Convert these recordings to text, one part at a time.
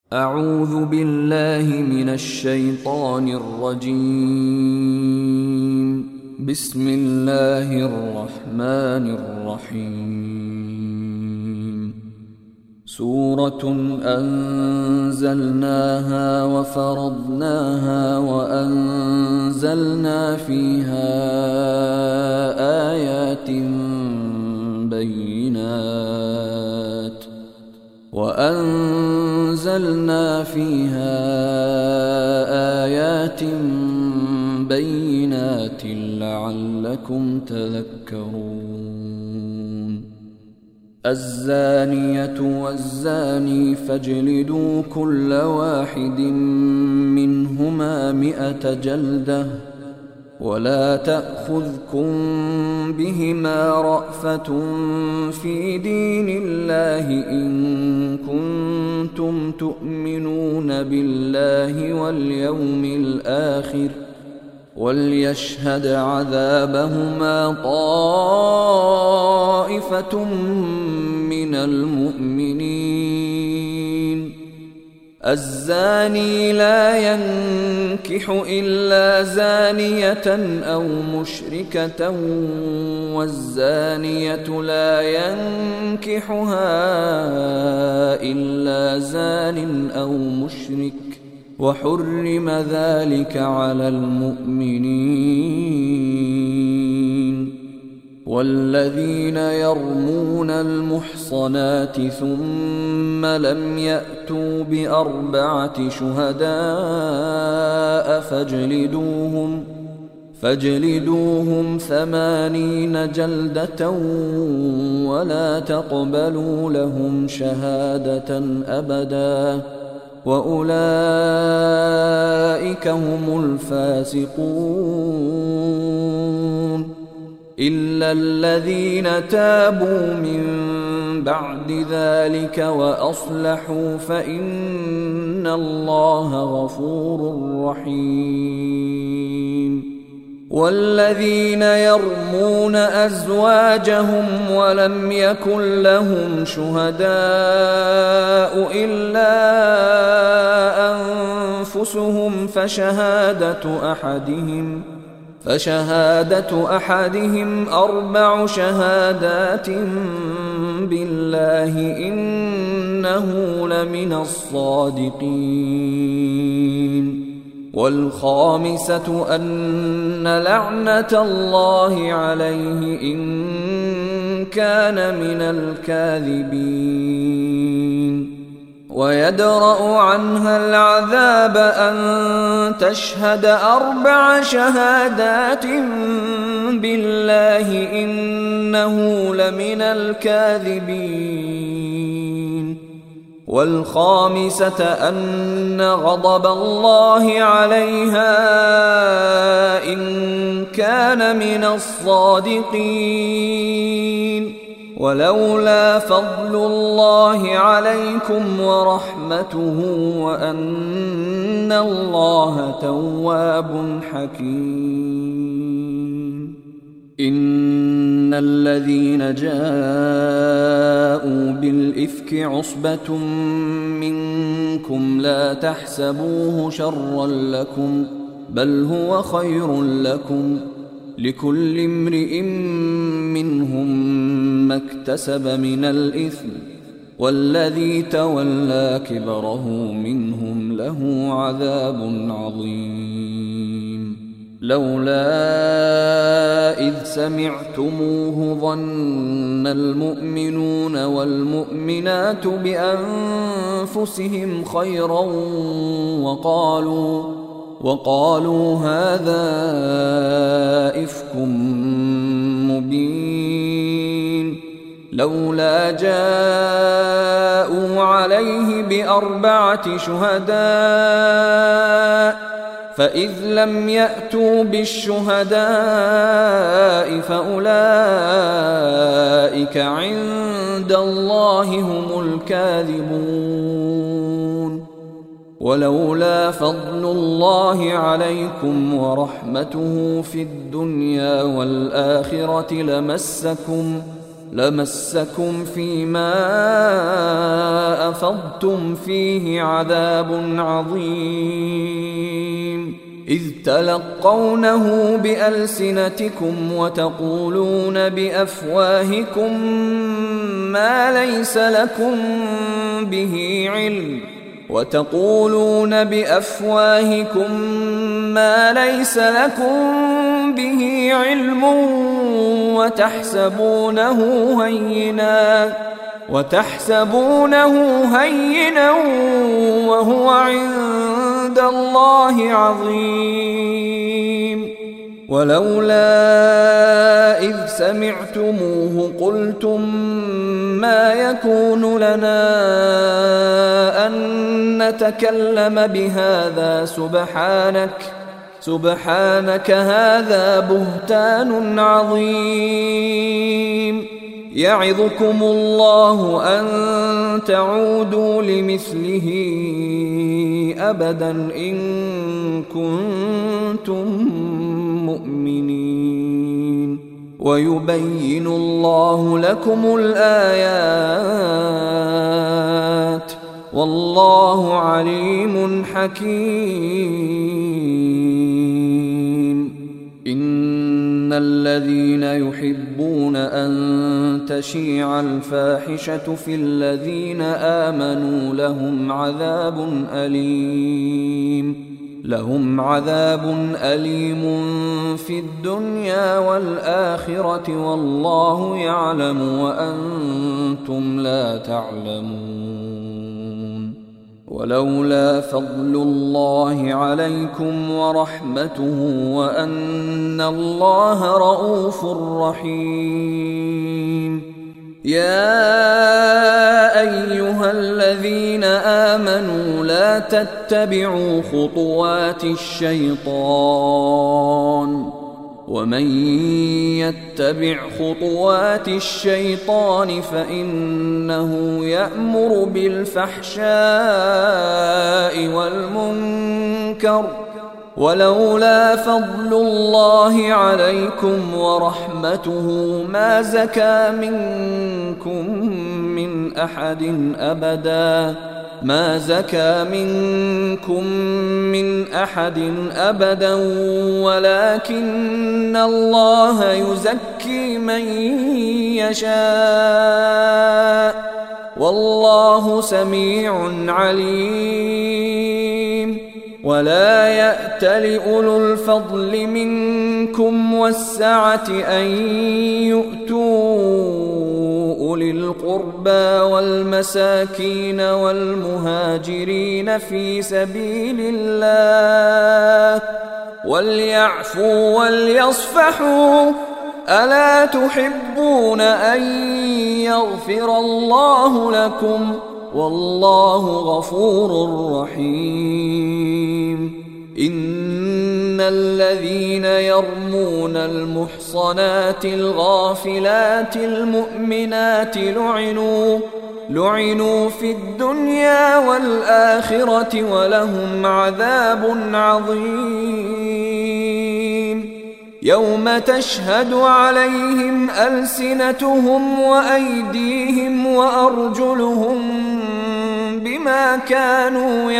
أعوذ بالله من الشيطان الرجيم. بسم الله الرحمن الرحيم. سورة أنزلناها وفرضناها وأنزلنا فيها آيات بينات لعلكم تذكرون. الزانية والزاني فاجلدوا كل واحد منهما 100 جلدة ولا تأخذكم بهما رأفة في دين الله إن كنتم تؤمنون بالله واليوم الآخر وليشهد عذابهما طائفة من المؤمنين. الزاني لا ينكح إلا زانية أو مشركة والزانية لا ينكحها إلا زان أو مشرك وحرم ذلك على المؤمنين. والذين يرمون المحصنات ثم لم يأتوا ب4 شهداء فاجلدوهم 80 جلدة ولا تقبلوا لهم شهادة أبدا وأولئك هم الفاسقون. إلا الذين تابوا من بعد ذلك وأصلحوا فإن الله غفور رحيم. والذين يرمون أزواجهم ولم يكن لهم شهداء إلا أنفسهم فشهادة أحدهم 4 شهادات بالله إنه لمن الصادقين. والخامسة أن لعنة الله عليه إن كان من الكاذبين. ويدرأ عنها العذاب أن تشهد 4 شهادات بالله إنه لمن الكاذبين. والخامسة أن غضب الله عليها إن كان من الصادقين. ولولا فضل الله عليكم ورحمته وأن الله تواب حكيم. إن الذين جاءوا بالإفك عصبة منكم لا تحسبوه شرا لكم بل هو خير لكم لكل امرئ منهم ما اكتسب من الإثم والذي تولى كبره منهم له عذاب عظيم. لولا إذ سمعتموه ظن المؤمنون والمؤمنات بأنفسهم خيرا وقالوا هذا إفك مبين. لولا جاءوا عليه ب4 شهداء فإذ لم يأتوا بالشهداء فأولئك عند الله هم الكاذبون. ولولا فضل الله عليكم ورحمته في الدنيا والآخرة لمسكم فيما أفضتم فيه عذاب عظيم إذ تلقونه بألسنتكم وتقولون بأفواهكم ما ليس لكم به علم وتحسبونه هينا وهو عند الله عظيم ولولا إذ سمعتموه قلتم ما يكون لنا أن نتكلم بهذا سبحانك هذا بهتان عظيم يعظكم الله أن تعودوا لمثله أبدا إن كنتم مؤمنين ويبين الله لكم الآيات والله عليم حكيم إن الذين يحبون أن تشيع الفاحشة في الذين آمنوا لهم عذاب أليم في الدنيا والآخرة والله يعلم وأنتم لا تعلمون ولولا فضل الله عليكم ورحمته وأن الله رؤوف رحيم يا أيها الذين آمنوا لا تتبعوا خطوات الشيطان ومن يتبع خطوات الشيطان فإنه يأمر بالفحشاء والمنكر ولولا فضل الله عليكم ورحمته ما زكى منكم من أحد أبدا ولكن الله يزكي من يشاء والله سميع عليم ولا يأتل أولو الفضل منكم والسعة أن يؤتوا أولي القربى والمساكين والمهاجرين في سبيل الله وليعفوا وليصفحوا ألا تحبون أن يغفر الله لكم والله غفور رحيم إن الذين يرمون المحصنات الغافلات المؤمنات لعنوا في الدنيا والآخرة ولهم عذاب عظيم يوم تشهد عليهم ألسنتهم وأيديهم وأرجلهم بما كانوا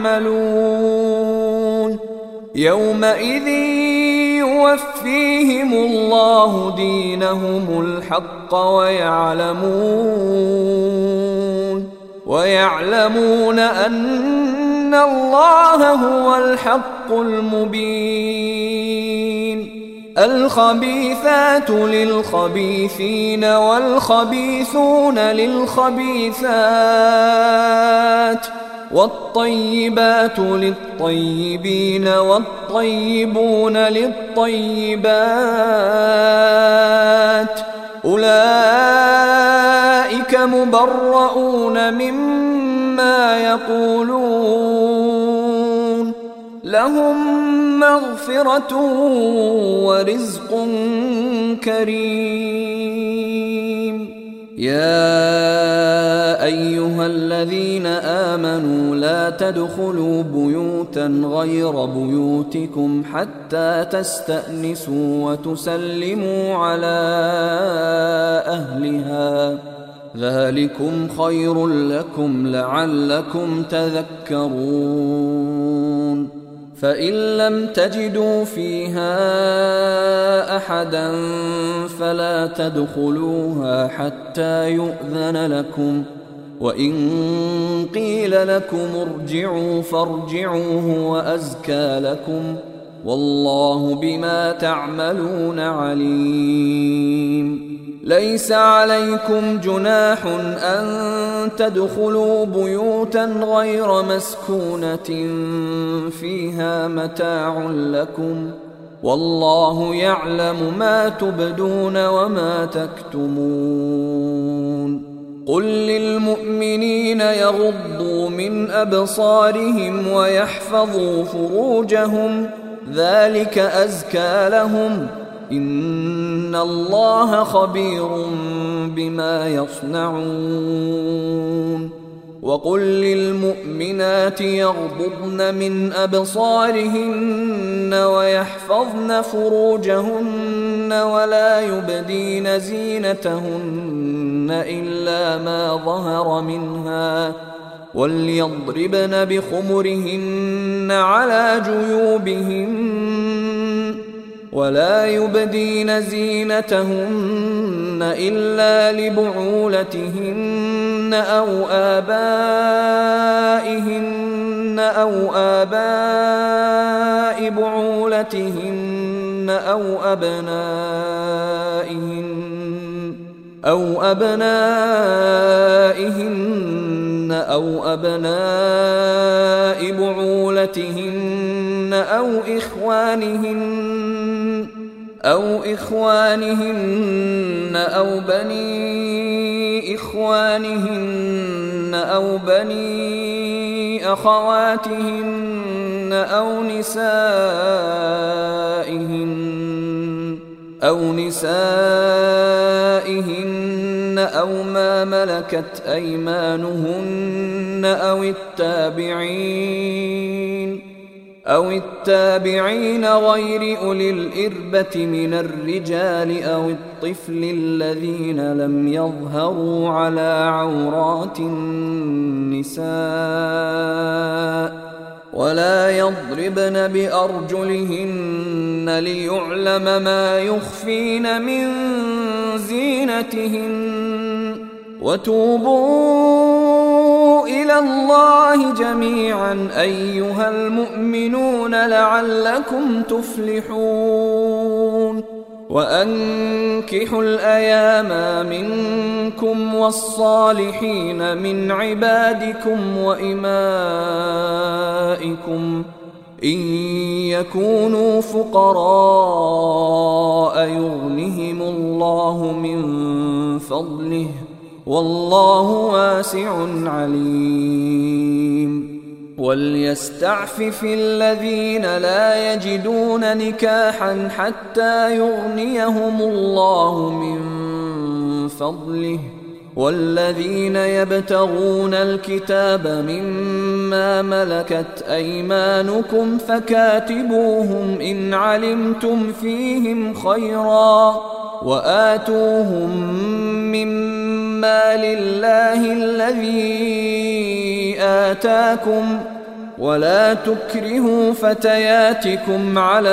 يعملون يومئذ يوفيهم الله دينهم الحق ويعلمون أن الله هو الحق المبين الخبيثات للخبيثين والخبيثون للخبيثات والطيبات للطيبين والطيبون للطيبات أولئك مبرؤون مما يقولون لهم مغفرة ورزق كريم يا أيها الذين آمنوا لا تدخلوا بيوتا غير بيوتكم حتى تستأنسوا وتسلموا على أهلها، ذلكم خير لكم لعلكم تذكرون. فإن لم تجدوا فيها أحدا فلا تدخلوها حتى يؤذن لكم، وإن قيل لكم ارجعوا فارجعوا هو أزكى لكم، والله بما تعملون عليم. ليس عليكم جناح أن تدخلوا بيوتا غير مسكونة فيها متاع لكم، والله يعلم ما تبدون وما تكتمون. قل للمؤمنين يغضوا من أبصارهم ويحفظوا فروجهم، ذلك أزكى لهم، إن الله خبير بما يصنعون. وقل للمؤمنات يغضضن من أبصارهن ويحفظن فروجهن ولا يبدين زينتهن إلا ما ظهر منها، وليضربن بخمرهن على جيوبهن، ولا يبدين زينتهن إلا لبعولتهن أو آباء بعولتهن أو أبنائهن أو أبناء بعولتهن أو إخوانهن أو بني إخوانهن أو بني أخواتهن أو نسائهن أو ما ملكت أيمانهن أو التابعين غير أولي الإربة من الرجال أو الطفل الذين لم يظهروا على عورات النساء، ولا يضربن بأرجلهن ليعلم ما يخفين من زينتهن، وتوبوا إلى الله جميعا أيها المؤمنون لعلكم تفلحون. وأنكحوا الأيام منكم والصالحين من عبادكم وإمائكم إن يكونوا فقراء يغنهم الله من فضله، والله واسع عليم. وليستعفف الذين لا يجدون نكاحا حتى يغنيهم الله من فضله، والذين يبتغون الكتاب مما ملكت أيمانكم فكاتبوهم إن علمتم فيهم خيرا، وآتوهم مما لله الذي آتاكم، ولا تكرهوا فتياتكم على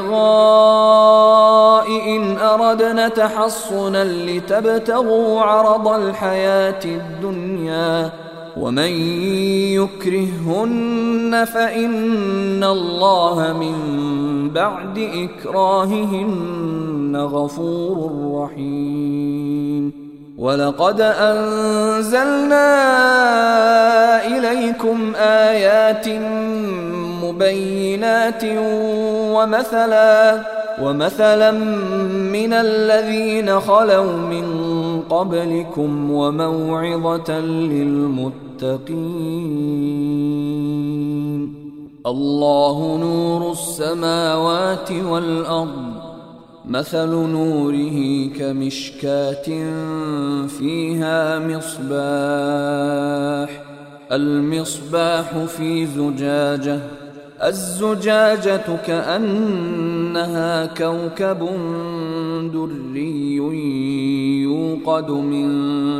البغاء إن أردنا تحصنا لتبتغوا عرض الحياة الدنيا، ومن يكرههن فإن الله من بعد إكراههن غفور رحيم. ولقد أنزلنا إليكم آيات مبينات ومثلا من الذين خلوا من قبلكم وموعظة للمتقين. الله نور السماوات والأرض، مثل نوره كمشكاة فيها مصباح، المصباح في زجاجة، الزجاجة كأنها كوكب دري يوقد من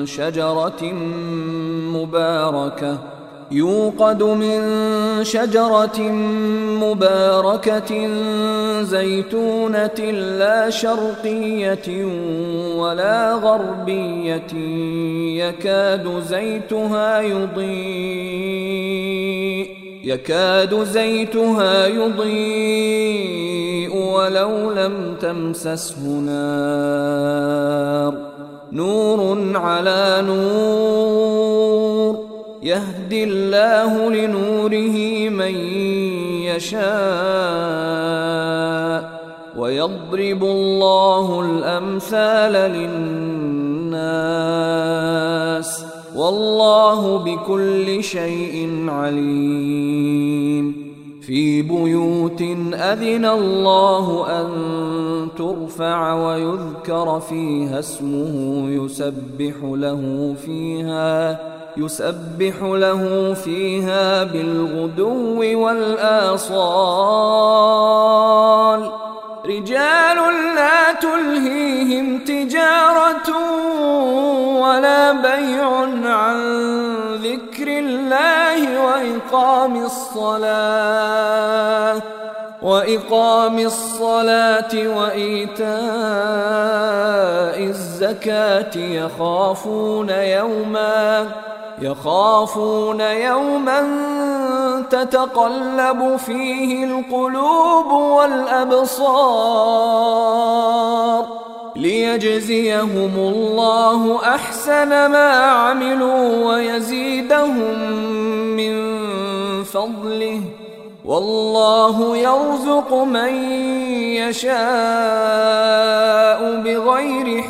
شجرة مباركة زيتونة لا شرقية ولا غربية يكاد زيتها يضيء ولو لم تمسسه نار، نور على نور، يهدي الله لنوره من يشاء ويضرب الله الأمثال للناس والله بكل شيء عليم. في بيوت أذن الله أن ترفع ويذكر فيها اسمه يسبح له فيها بالغدو والآصال، رجال لا تلهيهم تجارة ولا بيع عن ذكر الله وإقام الصلاة وإيتاء الزكاة يخافون يوما تتقلب فيه القلوب والأبصار، ليجزيهم الله أحسن ما عملوا ويزيدهم من فضله، والله يرزق من يشاء بغير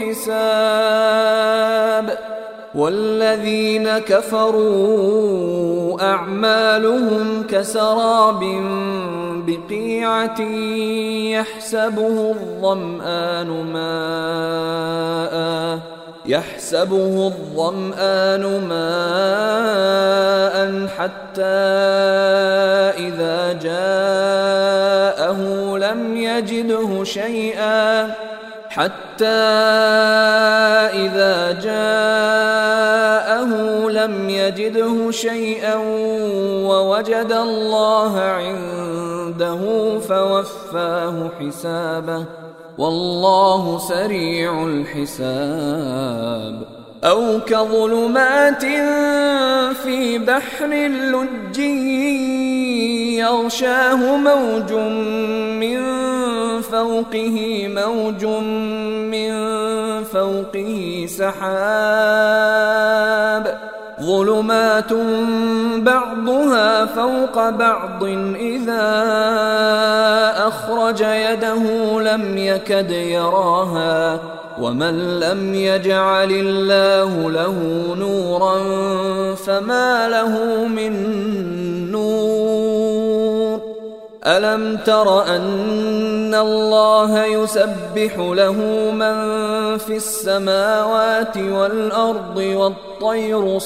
حساب. والذين كفروا أعمالهم كسراب بقيعة يحسبه الظمآن ماء حتى إذا جاءه لم يجده شيئا ووجد الله عنده فوفاه حسابه والله سريع الحساب. أو كظلمات في بحر لجي يغشاه موج من فوقه سحاب، ظلمات بعضها فوق بعض إذا أخرج يده لم يكد يراها، ومن لم يجعل الله له نورا فما له من نور. ألم تر أن الله يسبح له من في السماوات والأرض والطير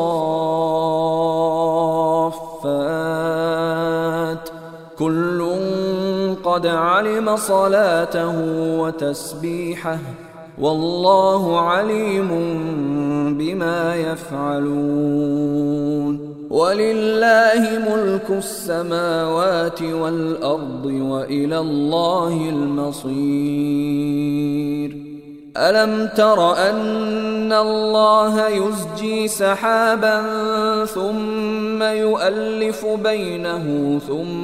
صافات، كل قد علم صلاته وتسبيحه والله عليم بما يفعلون. ولله ملك السماوات والأرض وإلى الله المصير. ألم تر أن الله يزجي سحابا ثم يؤلف بينه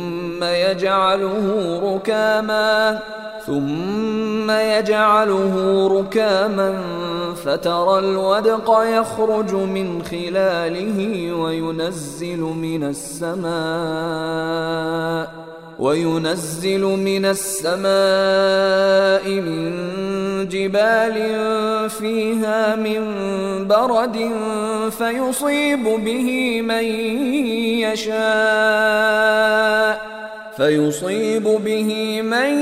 ثم يجعله ركاما فترى الودق يخرج من خلاله وينزل من السماء من جبال فيها من برد فيصيب به من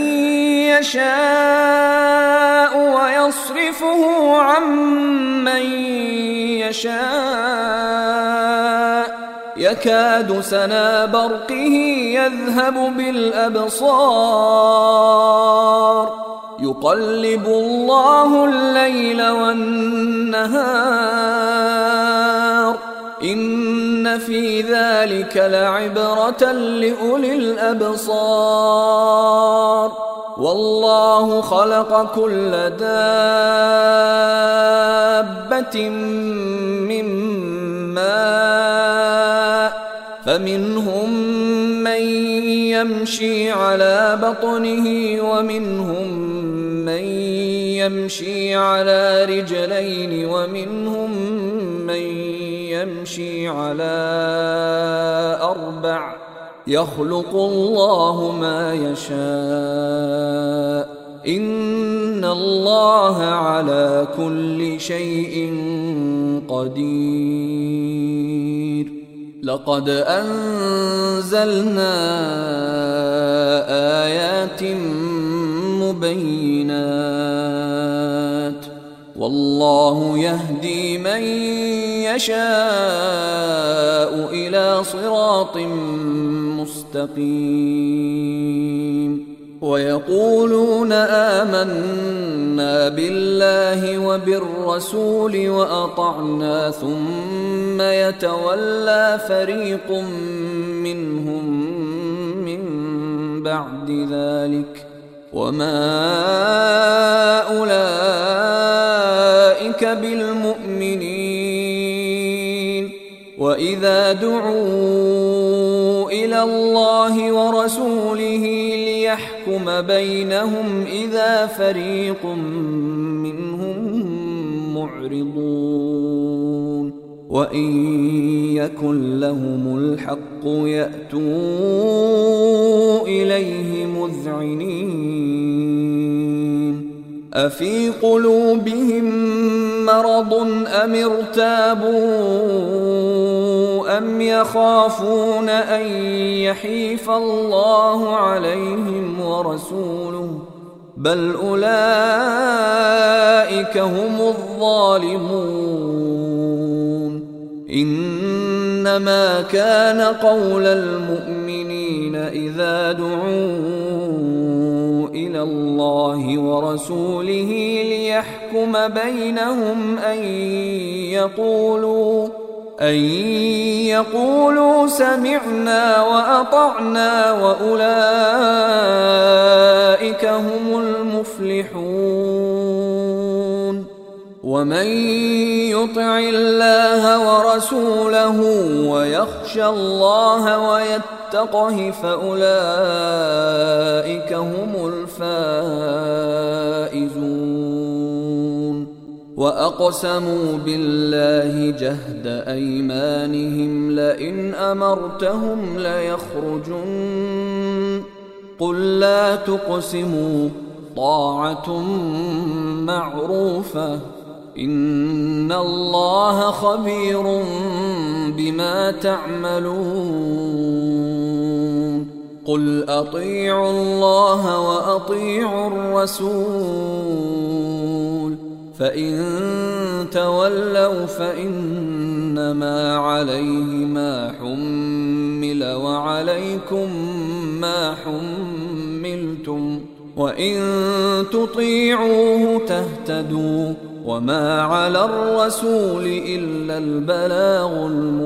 يشاء ويصرفه عن من يشاء يكاد سنا برقه يذهب بالأبصار يقلب الله الليل والنهار إن في ذلك لعبرة لأولي الأبصار والله خلق كل دابة من ماء فمنهم من يمشي على بطنه ومنهم من يمشي على رجلين ومنهم من يمشي على أربع يخلق الله ما يشاء إن الله على كل شيء قدير لقد أنزلنا آيات مبينات والله يهدي من يشاء إلى صراط مستقيم ويقولون آمنا بالله وبالرسول وأطعنا ثم يتولى فريق منهم من بعد ذلك وما أولئك بالمؤمنين وإذا دعوا إلى الله ورسوله ليحكم بينهم إذا فريق منهم معرضون وإن يكن لهم الحق يأتوا إليه مذعنين أفي قلوبهم مرض أم ارتابوا أم يخافون أن يحيف الله عليهم ورسوله بل أولئك هم الظالمون إنما كان قول المؤمنين إذا دعوا إلى الله ورسوله ليحكم بينهم أن يقولوا سمعنا وأطعنا وأولئك هم المفلحون ومن يطع الله ورسوله ويخشى الله ويتقه فأولئك هم الفائزون وأقسموا بالله جهد أيمانهم لئن أمرتهم ليخرجن قل لا تقسموا طاعة معروفة إن الله خبير بما تعملون قل أطيعوا الله وأطيعوا الرسول فإن تولوا فإنما عليه ما حمل وعليكم ما حملتم وإن تطيعوه تهتدوا وما على الرسول إلا البلاغ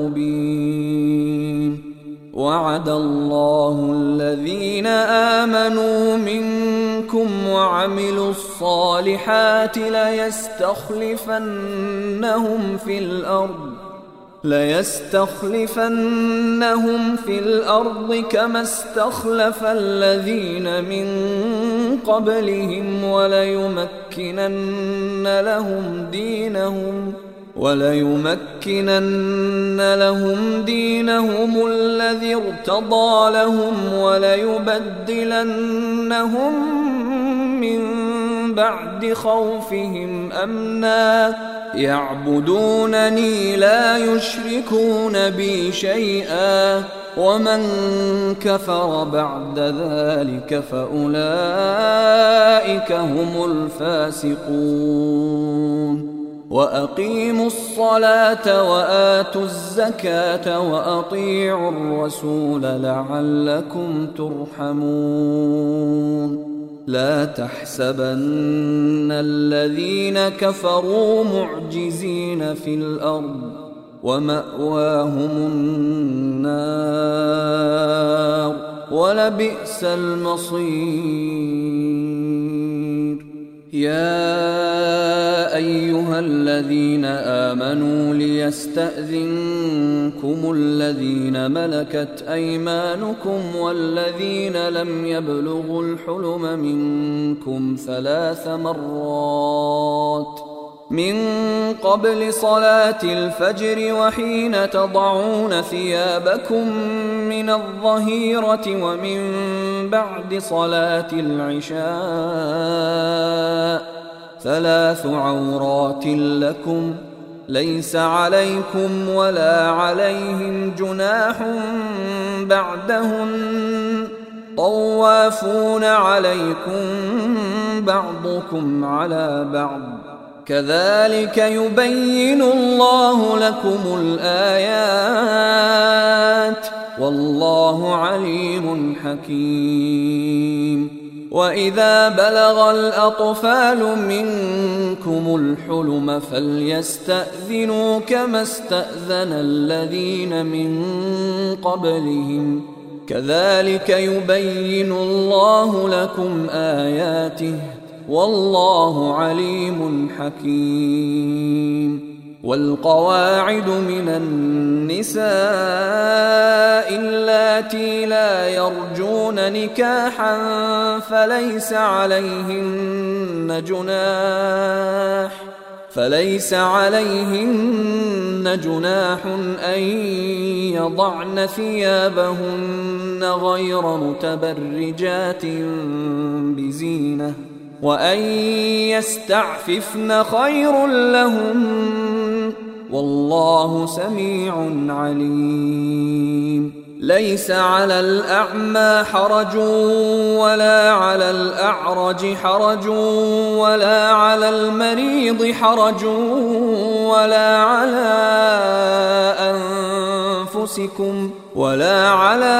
المبين وعد الله الذين آمنوا منكم وعملوا الصالحات ليستخلفنهم في الأرض كما استخلف الذين من قبلهم وليمكنن لهم دينهم الذي ارتضى لهم وليبدلنهم من بعد خوفهم أمنا يعبدونني لا يشركون بي شيئا ومن كفر بعد ذلك فأولئك هم الفاسقون وأقيموا الصلاة وآتوا الزكاة وأطيعوا الرسول لعلكم ترحمون لا تحسبن الذين كفروا معجزين في الأرض ومأواهم النار ولبئس المصير يا أيها الذين آمنوا ليستأذنكم الذين ملكت أيمانكم والذين لم يبلغوا الحلم منكم 3 مرات من قبل صلاة الفجر وحين تضعون ثيابكم من الظهيرة ومن بعد صلاة العشاء 3 عورات لكم ليس عليكم ولا عليهم جناح بعدهن طوافون عليكم بعضكم على بعض كذلك يبين الله لكم الآيات والله عليم حكيم وإذا بلغ الأطفال منكم الحلم فليستأذنوا كما استأذن الذين من قبلهم كذلك يبين الله لكم آياته والله عليم حكيم والقواعد من النساء اللاتي لا يرجون نكاحا فليس عليهن جناح أن يضعن ثيابهن غير متبرجات بزينة وأن يستعففن خير لهم والله سميع عليم ليس على الأعمى حرج ولا على الأعرج حرج ولا على المريض حرج ولا على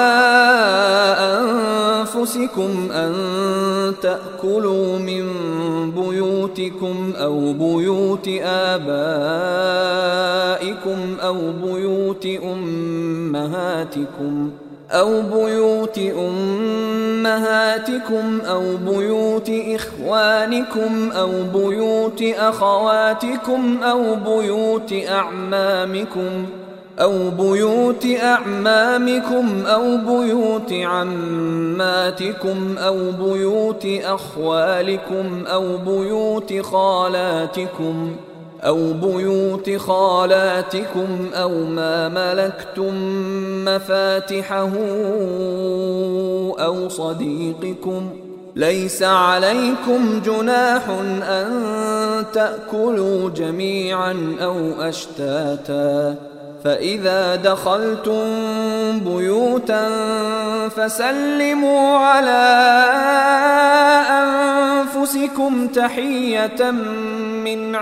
أنفسكم أن تأكلوا من بيوتكم أو بيوت آبائكم أو بيوت أمهاتكم أو بيوت إخوانكم أو بيوت أخواتكم أو بيوت أعمامكم أو بيوت عماتكم أو بيوت أخوالكم أو بيوت خالاتكم أو ما ملكتم مفاتحه أو صديقكم ليس عليكم جناح أن تأكلوا جميعا أو أشتاتا فإذا دخلتم بيوتا فسلموا على أنفسكم تحية من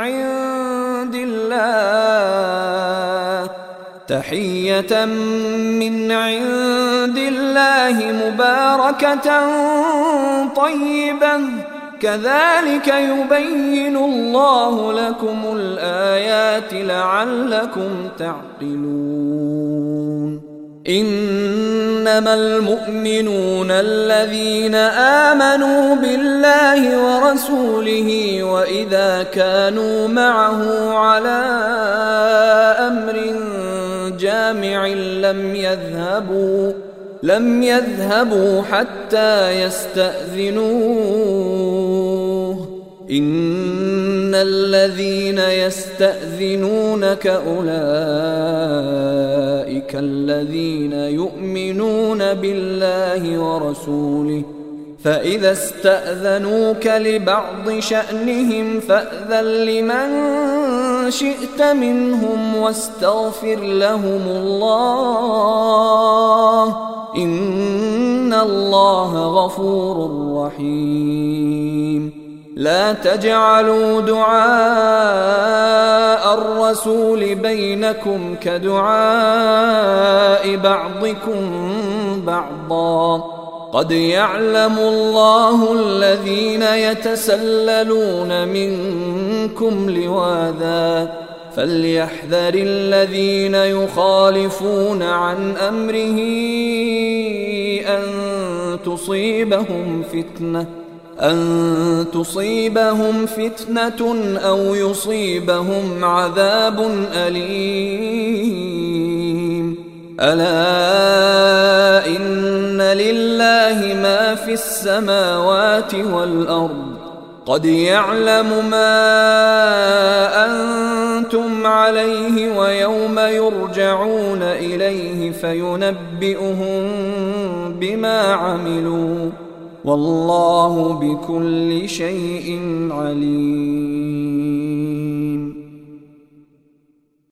عند الله مباركة طيبة كذلك يبين الله لكم الآيات لعلكم تعقلون إنما المؤمنون الذين آمنوا بالله ورسوله وإذا كانوا معه على أمر جامع لم يذهبوا حتى يستأذنوه إن الذين يستأذنونك أولئك الذين يؤمنون بالله ورسوله فإذا استأذنوك لبعض شأنهم فأذن لمن شئت منهم واستغفر لهم الله إن الله غفور رحيم. لا تجعلوا دعاء الرسول بينكم كدعاء بعضكم بعضا قد يعلم الله الذين يتسللون منكم لواذا فليحذر الذين يخالفون عن أمره أن تصيبهم فتنة أو يصيبهم عذاب أليم. ألا إن لله ما في السماوات والأرض قد يعلم ما أنتم عليه ويوم يرجعون إليه فينبئهم بما عملوا والله بكل شيء عليم.